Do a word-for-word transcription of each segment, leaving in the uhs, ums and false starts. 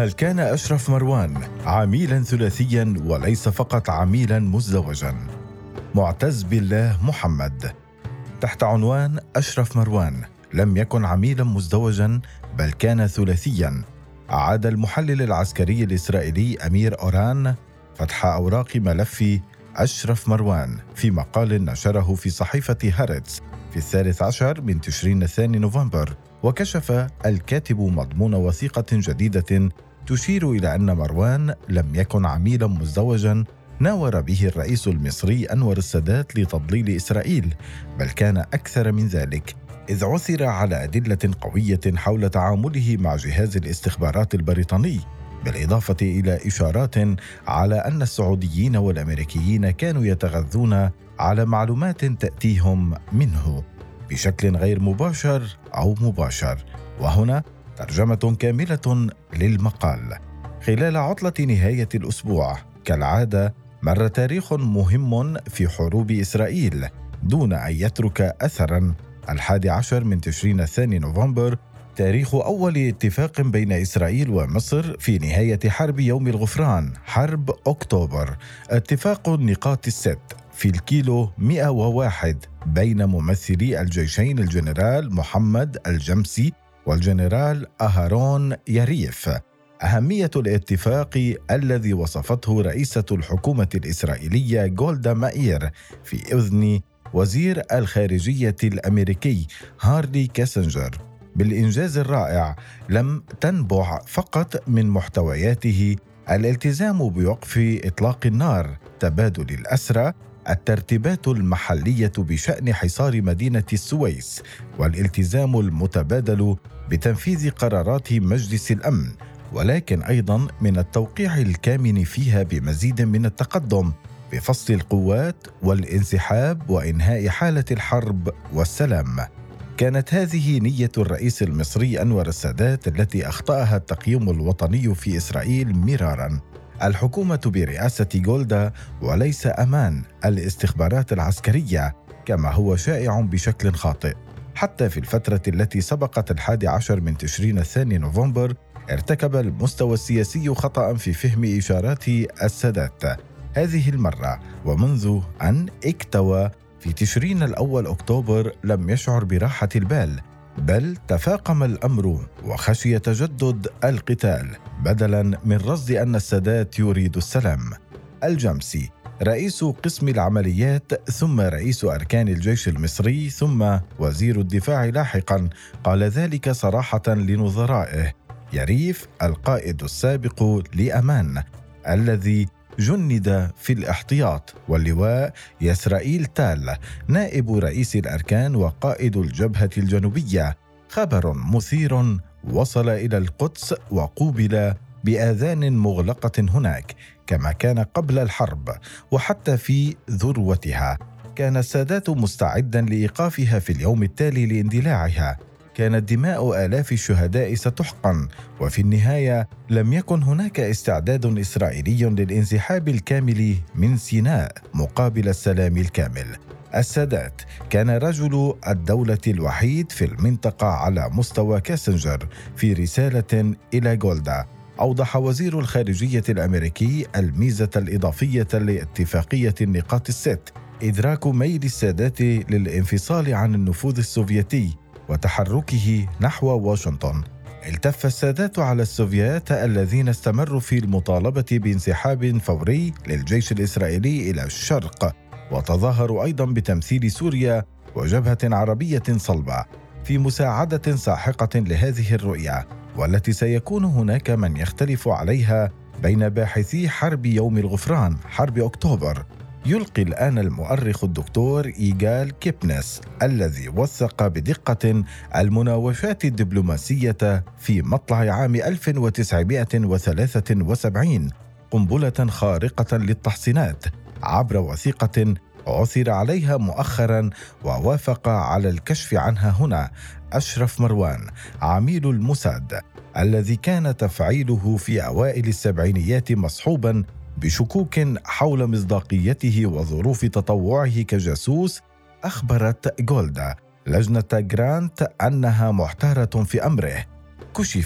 هل كان أشرف مروان عميلاً ثلاثياً وليس فقط عميلاً مزدوجاً؟ معتز بالله محمد. تحت عنوان أشرف مروان لم يكن عميلاً مزدوجاً بل كان ثلاثياً. أعاد المحلل العسكري الإسرائيلي أمير أوران فتح أوراق ملف أشرف مروان في مقال نشره في صحيفة هارتز في الثالث عشر من تشرين الثاني نوفمبر، وكشف الكاتب مضمون وثيقة جديدة تشير إلى أن مروان لم يكن عميلاً مزدوجاً ناور به الرئيس المصري أنور السادات لتضليل إسرائيل، بل كان أكثر من ذلك، إذ عثر على أدلة قوية حول تعامله مع جهاز الاستخبارات البريطاني، بالإضافة إلى إشارات على أن السعوديين والأمريكيين كانوا يتغذون على معلومات تأتيهم منه بشكل غير مباشر أو مباشر. وهنا ترجمة كاملة للمقال. خلال عطلة نهاية الأسبوع كالعادة مر تاريخ مهم في حروب إسرائيل دون أن يترك أثراً. الحادي عشر من تشرين الثاني نوفمبر تاريخ أول اتفاق بين إسرائيل ومصر في نهاية حرب يوم الغفران، حرب أكتوبر، اتفاق النقاط الست في الكيلو مئة وواحد بين ممثلي الجيشين الجنرال محمد الجمسي والجنرال أهارون يريف. أهمية الاتفاق الذي وصفته رئيسة الحكومة الإسرائيلية جولدا مائير في أذن وزير الخارجية الأمريكي هارلي كيسنجر بالإنجاز الرائع لم تنبع فقط من محتوياته الالتزام بوقف إطلاق النار، تبادل الأسرى، الترتيبات المحلية بشأن حصار مدينة السويس، والالتزام المتبادل بتنفيذ قرارات مجلس الأمن، ولكن أيضاً من التوقيع الكامن فيها بمزيد من التقدم بفصل القوات والانسحاب وإنهاء حالة الحرب والسلام. كانت هذه نية الرئيس المصري أنور السادات التي أخطأها التقييم الوطني في إسرائيل مراراً. الحكومة برئاسة جولدا وليس أمان الاستخبارات العسكرية كما هو شائع بشكل خاطئ. حتى في الفترة التي سبقت الحادي عشر من تشرين الثاني نوفمبر ارتكب المستوى السياسي خطأ في فهم إشارات السادات. هذه المرة ومنذ أن اكتوى في تشرين الأول أكتوبر لم يشعر براحة البال، بل تفاقم الأمر وخشي تجدد القتال بدلاً من رصد أن السادات يريد السلام. الجمسي رئيس قسم العمليات ثم رئيس أركان الجيش المصري ثم وزير الدفاع لاحقاً قال ذلك صراحة لنظرائه. يريف القائد السابق لأمان الذي جند في الاحتياط، واللواء يسرائيل تال نائب رئيس الأركان وقائد الجبهة الجنوبية. خبر مثير وصل إلى القدس وقوبل بآذان مغلقة هناك كما كان قبل الحرب، وحتى في ذروتها كان السادات مستعدا لإيقافها في اليوم التالي لاندلاعها. كانت دماء آلاف الشهداء ستحقن، وفي النهاية لم يكن هناك استعداد إسرائيلي للانسحاب الكامل من سيناء مقابل السلام الكامل. السادات كان رجل الدولة الوحيد في المنطقة على مستوى كيسنجر. في رسالة إلى جولدا أوضح وزير الخارجية الأمريكي الميزة الإضافية لاتفاقية النقاط الست: إدراك ميل السادات للانفصال عن النفوذ السوفيتي وتحركه نحو واشنطن. التف السادات على السوفيات الذين استمروا في المطالبة بانسحاب فوري للجيش الإسرائيلي إلى الشرق، وتظاهروا أيضا بتمثيل سوريا وجبهة عربية صلبة في مساعدة ساحقة لهذه الرؤية، والتي سيكون هناك من يختلف عليها بين باحثي حرب يوم الغفران حرب أكتوبر. يلقي الآن المؤرخ الدكتور إيغال كيبنس الذي وثق بدقة المناوشات الدبلوماسية في مطلع عام ألف وتسعمائة وثلاثة وسبعين قنبلة خارقة للتحصينات عبر وثيقة عثر عليها مؤخرا ووافق على الكشف عنها هنا أشرف مروان عميل الموساد الذي كان تفعيله في أوائل السبعينيات مصحوبا بشكوك حول مصداقيته وظروف تطوعه كجاسوس. أخبرت جولدا لجنة جرانت أنها محتارة في أمره. كشف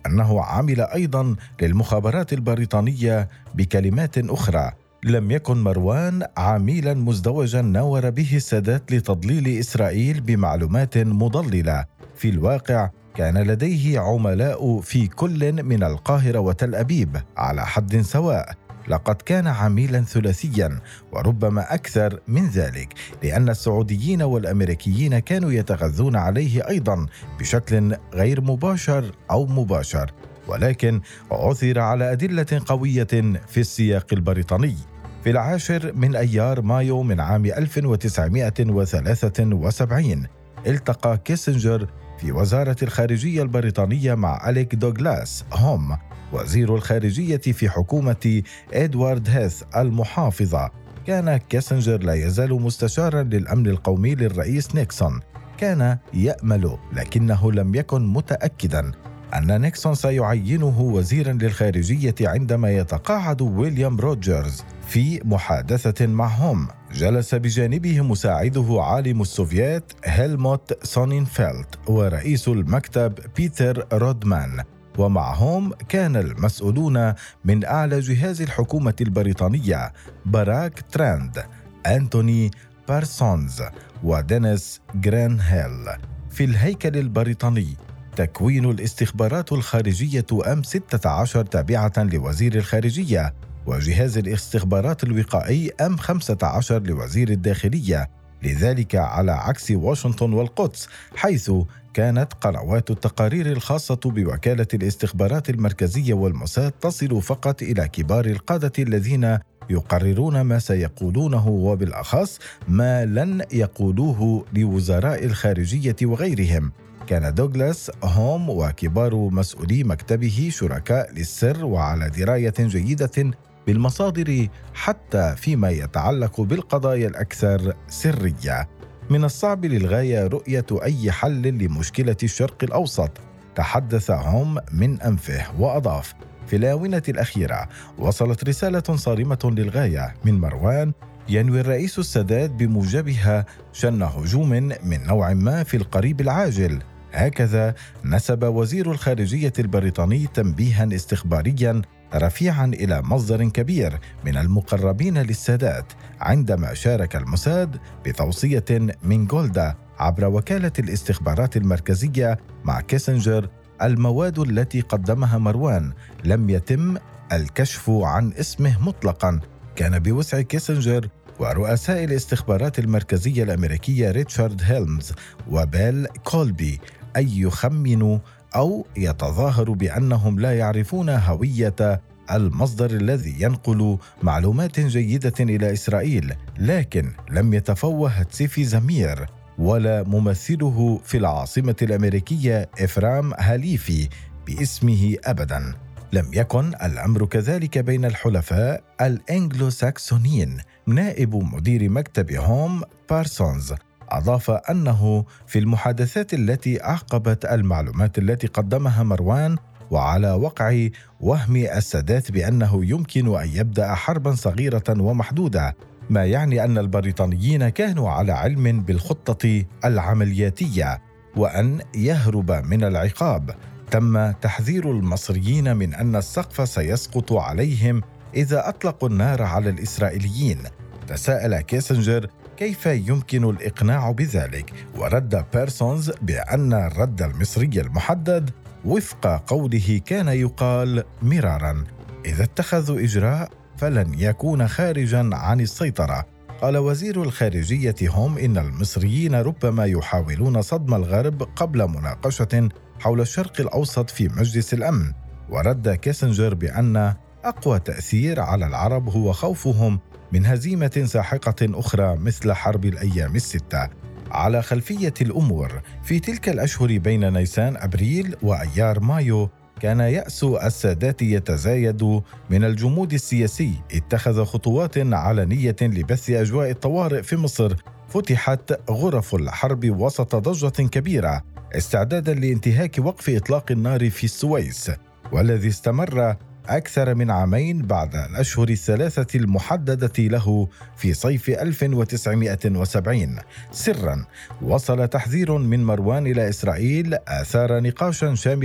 أنه عمل أيضاً للمخابرات البريطانية. بكلمات أخرى، لم يكن مروان عميلاً مزدوجاً ناور به السادات لتضليل إسرائيل بمعلومات مضللة. في الواقع كان لديه عملاء في كل من القاهرة وتل أبيب على حد سواء. لقد كان عميلاً ثلاثياً وربما أكثر من ذلك، لأن السعوديين والأمريكيين كانوا يتغذون عليه أيضاً بشكل غير مباشر أو مباشر، ولكن عثر على أدلة قوية في السياق البريطاني. في العاشر من أيار مايو من عام ألف وتسعمائة وثلاثة وسبعين التقى كيسنجر في وزارة الخارجية البريطانية مع أليك دوغلاس هوم، وزير الخارجية في حكومة إدوارد هيث المحافظة. كان كيسنجر لا يزال مستشارا للأمن القومي للرئيس نيكسون. كان يأمل لكنه لم يكن متأكدا أن نيكسون سيعينه وزيرا للخارجية عندما يتقاعد ويليام روجرز. في محادثة معهم جلس بجانبه مساعده عالم السوفيات هيلموت سونينفيلد ورئيس المكتب بيتر رودمان، ومعهم كان المسؤولون من أعلى جهاز الحكومة البريطانية باراك تراند، أنتوني بارسونز ودينيس غرينهيل. في الهيكل البريطاني تكوين الاستخبارات الخارجية أم ستة عشر تابعة لوزير الخارجية، وجهاز الاستخبارات الوقائي أم خمسة عشر لوزير الداخلية. لذلك على عكس واشنطن والقدس، حيث كانت قنوات التقارير الخاصة بوكالة الاستخبارات المركزية والموساد تصل فقط إلى كبار القادة الذين يقررون ما سيقولونه، وبالأخص ما لن يقولوه لوزراء الخارجية وغيرهم. كان دوغلاس هوم وكبار مسؤولي مكتبه شركاء للسر وعلى دراية جيدة بالمصادر حتى فيما يتعلق بالقضايا الأكثر سرية. من الصعب للغاية رؤية أي حل لمشكلة الشرق الأوسط، تحدث هوم من أنفه وأضاف: في الآونة الأخيرة وصلت رسالة صارمة للغاية من مروان ينوي الرئيس السادات بموجبها شن هجوم من نوع ما في القريب العاجل. هكذا نسب وزير الخارجية البريطاني تنبيها استخباريا رفيعا إلى مصدر كبير من المقربين للسادات عندما شارك الموساد بتوصية من جولدا عبر وكالة الاستخبارات المركزية مع كيسنجر. المواد التي قدمها مروان لم يتم الكشف عن اسمه مطلقا. كان بوسع كيسنجر ورؤساء الاستخبارات المركزية الأمريكية ريتشارد هيلمز وبيل كولبي أن يخمنوا أو يتظاهروا بأنهم لا يعرفون هوية المصدر الذي ينقل معلومات جيدة إلى إسرائيل، لكن لم يتفوه تسيفي زمير ولا ممثله في العاصمة الأمريكية إفرام هاليفي باسمه أبداً. لم يكن الأمر كذلك بين الحلفاء الأنجلو ساكسونيين. نائب مدير مكتب هوم بارسونز أضاف أنه في المحادثات التي أعقبت المعلومات التي قدمها مروان وعلى وقع وهم السادات بأنه يمكن أن يبدأ حربا صغيرة ومحدودة، ما يعني أن البريطانيين كانوا على علم بالخطة العملياتية وأن يهرب من العقاب. تم تحذير المصريين من أن السقف سيسقط عليهم إذا أطلقوا النار على الإسرائيليين. تساءل كيسنجر كيف يمكن الإقناع بذلك، ورد بيرسونز بأن الرد المصري المحدد وفق قوله كان يقال مرارا: إذا اتخذوا إجراء فلن يكون خارجا عن السيطرة. قال وزير الخارجية هوم إن المصريين ربما يحاولون صدم الغرب قبل مناقشة حول الشرق الأوسط في مجلس الأمن. ورد كيسنجر بأن أقوى تأثير على العرب هو خوفهم من هزيمة ساحقة أخرى مثل حرب الأيام الستة. على خلفية الأمور في تلك الأشهر بين نيسان أبريل وأيار مايو، كان يأس السادات يتزايد من الجمود السياسي. اتخذ خطوات علنية لبث أجواء الطوارئ في مصر. فتحت غرف الحرب وسط ضجة كبيرة استعدادا لانتهاك وقف إطلاق النار في السويس، والذي استمر أكثر من عامين بعد الأشهر الثلاثة المحددة له في صيف ألف وتسعمائة وسبعين. سرا وصل تحذير من مروان إلى إسرائيل آثار نقاشا شاملا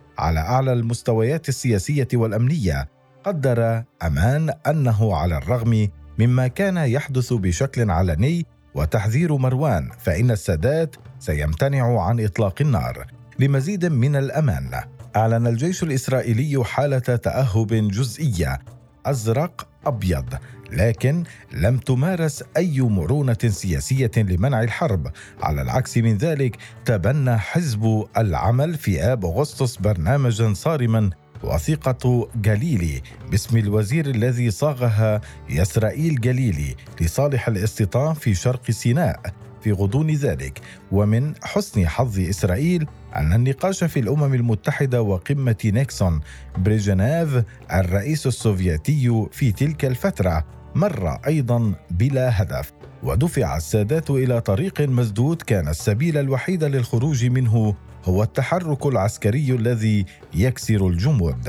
على أعلى المستويات السياسية والأمنية. قدر أمان أنه على الرغم مما كان يحدث بشكل علني وتحذير مروان، فإن السادات سيمتنع عن إطلاق النار. لمزيد من الأمان، أعلن الجيش الإسرائيلي حالة تأهب جزئية أزرق أبيض، لكن لم تمارس أي مرونة سياسية لمنع الحرب. على العكس من ذلك، تبنى حزب العمل في آب أغسطس برنامجا صارما، وثيقة جليلي باسم الوزير الذي صاغها يسرائيل جليلي لصالح الاستيطان في شرق سيناء. في غضون ذلك، ومن حسن حظ إسرائيل أن النقاش في الأمم المتحدة وقمة نيكسون بريجنيف الرئيس السوفيتي في تلك الفترة مر أيضا بلا هدف، ودفع السادات إلى طريق مسدود كان السبيل الوحيد للخروج منه هو التحرك العسكري الذي يكسر الجمود.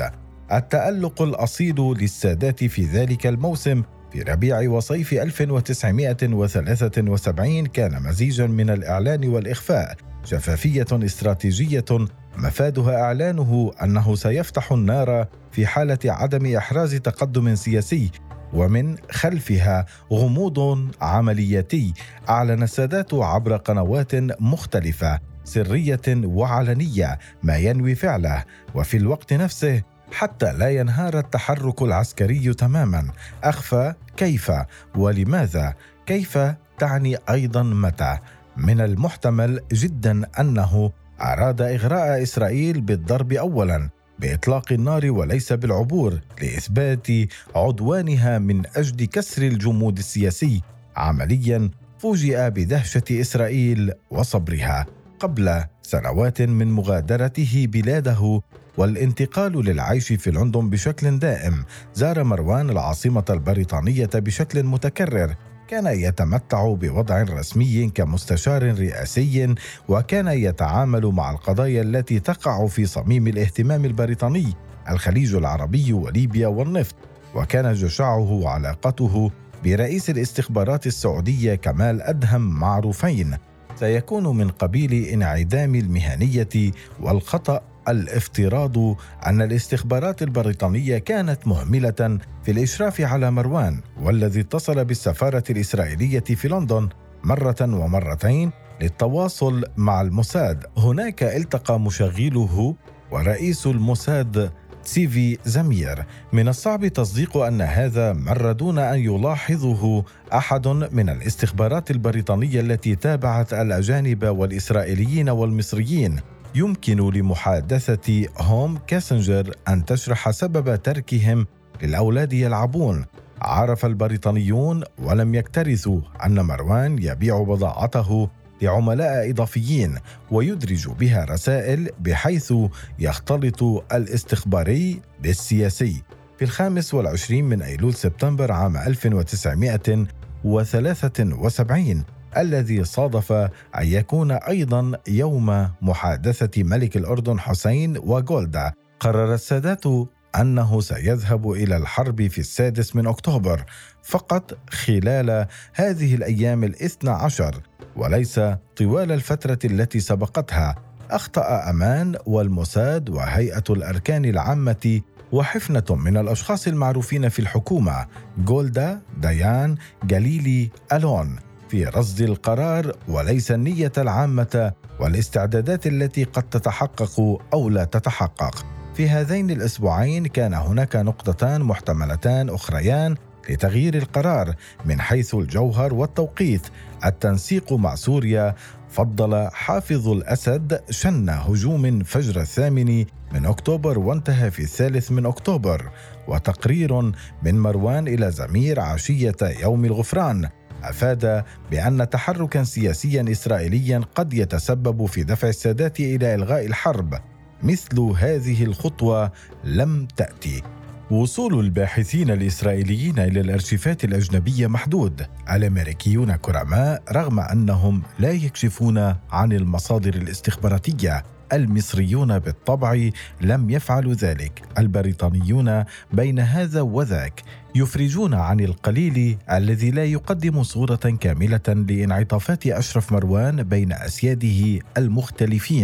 التألق الأصيل للسادات في ذلك الموسم في ربيع وصيف ألف وتسعمائة وثلاثة وسبعين كان مزيجا من الإعلان والإخفاء، شفافية استراتيجية مفادها إعلانه أنه سيفتح النار في حالة عدم إحراز تقدم سياسي، ومن خلفها غموض عملياتي. أعلن السادات عبر قنوات مختلفة سرية وعلنية ما ينوي فعله، وفي الوقت نفسه حتى لا ينهار التحرك العسكري تماما أخفى كيف ولماذا. كيف تعني أيضا متى. من المحتمل جدا أنه أراد إغراء إسرائيل بالضرب أولا بإطلاق النار وليس بالعبور، لإثبات عدوانها من أجل كسر الجمود السياسي. عمليا فوجئ بدهشة إسرائيل وصبرها. قبل سنوات من مغادرته بلاده والانتقال للعيش في لندن بشكل دائم، زار مروان العاصمة البريطانية بشكل متكرر. كان يتمتع بوضع رسمي كمستشار رئاسي، وكان يتعامل مع القضايا التي تقع في صميم الاهتمام البريطاني: الخليج العربي وليبيا والنفط. وكان جشعه وعلاقته برئيس الاستخبارات السعودية كمال أدهم معروفين. سيكون من قبيل انعدام المهنية والخطأ الافتراض أن الاستخبارات البريطانية كانت مهملة في الإشراف على مروان، والذي اتصل بالسفارة الإسرائيلية في لندن مرة ومرتين للتواصل مع الموساد. هناك التقى مشغله ورئيس الموساد تسيفي زمير. من الصعب تصديق أن هذا مر دون أن يلاحظه أحد من الاستخبارات البريطانية التي تابعت الأجانب والإسرائيليين والمصريين. يمكن لمحادثة هوم كيسنجر أن تشرح سبب تركهم للأولاد يلعبون. عرف البريطانيون ولم يكترثوا أن مروان يبيع بضاعته لعملاء إضافيين ويدرج بها رسائل، بحيث يختلط الاستخباري بالسياسي. في الخامس والعشرين من أيلول سبتمبر عام ألف وتسعمائة وثلاثة وسبعين، الذي صادف أن يكون أيضا يوم محادثة ملك الأردن حسين وجولدا، قرر السادات أنه سيذهب إلى الحرب في السادس من أكتوبر فقط خلال هذه الأيام الاثنى عشر، وليس طوال الفترة التي سبقتها. أخطأ أمان والموساد وهيئة الأركان العامة وحفنة من الأشخاص المعروفين في الحكومة، جولدا، ديان، جليلي، ألون، في رصد القرار وليس النية العامة والاستعدادات التي قد تتحقق أو لا تتحقق. في هذين الأسبوعين كان هناك نقطتان محتملتان أخريان لتغيير القرار من حيث الجوهر والتوقيت. التنسيق مع سوريا. فضل حافظ الأسد شن هجوم فجر الثامن من أكتوبر وانتهى في الثالث من أكتوبر. وتقرير من مروان إلى زمير عشية يوم الغفران أفاد بأن تحركا سياسيا إسرائيليا قد يتسبب في دفع السادات إلى إلغاء الحرب. مثل هذه الخطوة لم تأتي. وصول الباحثين الإسرائيليين إلى الأرشيفات الأجنبية محدود. الأمريكيون كرماء رغم أنهم لا يكشفون عن المصادر الاستخباراتية. المصريون بالطبع لم يفعلوا ذلك. البريطانيون بين هذا وذاك يفرجون عن القليل الذي لا يقدم صورة كاملة لانعطافات أشرف مروان بين أسياده المختلفين.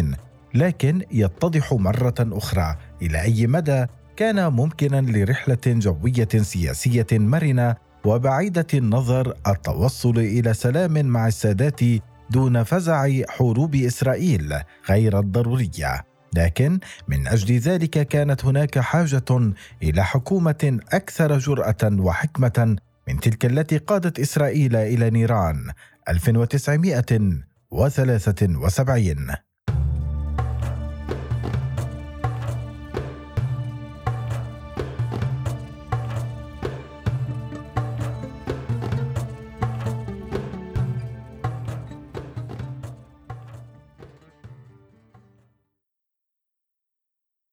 لكن يتضح مرة أخرى إلى أي مدى كان ممكنا لرحلة جوية سياسية مرنة وبعيدة النظر التوصل إلى سلام مع السادات دون فزع حروب إسرائيل غير الضرورية. لكن من أجل ذلك كانت هناك حاجة إلى حكومة أكثر جرأة وحكمة من تلك التي قادت إسرائيل إلى نيران ألف وتسعمائة وثلاثة وسبعين.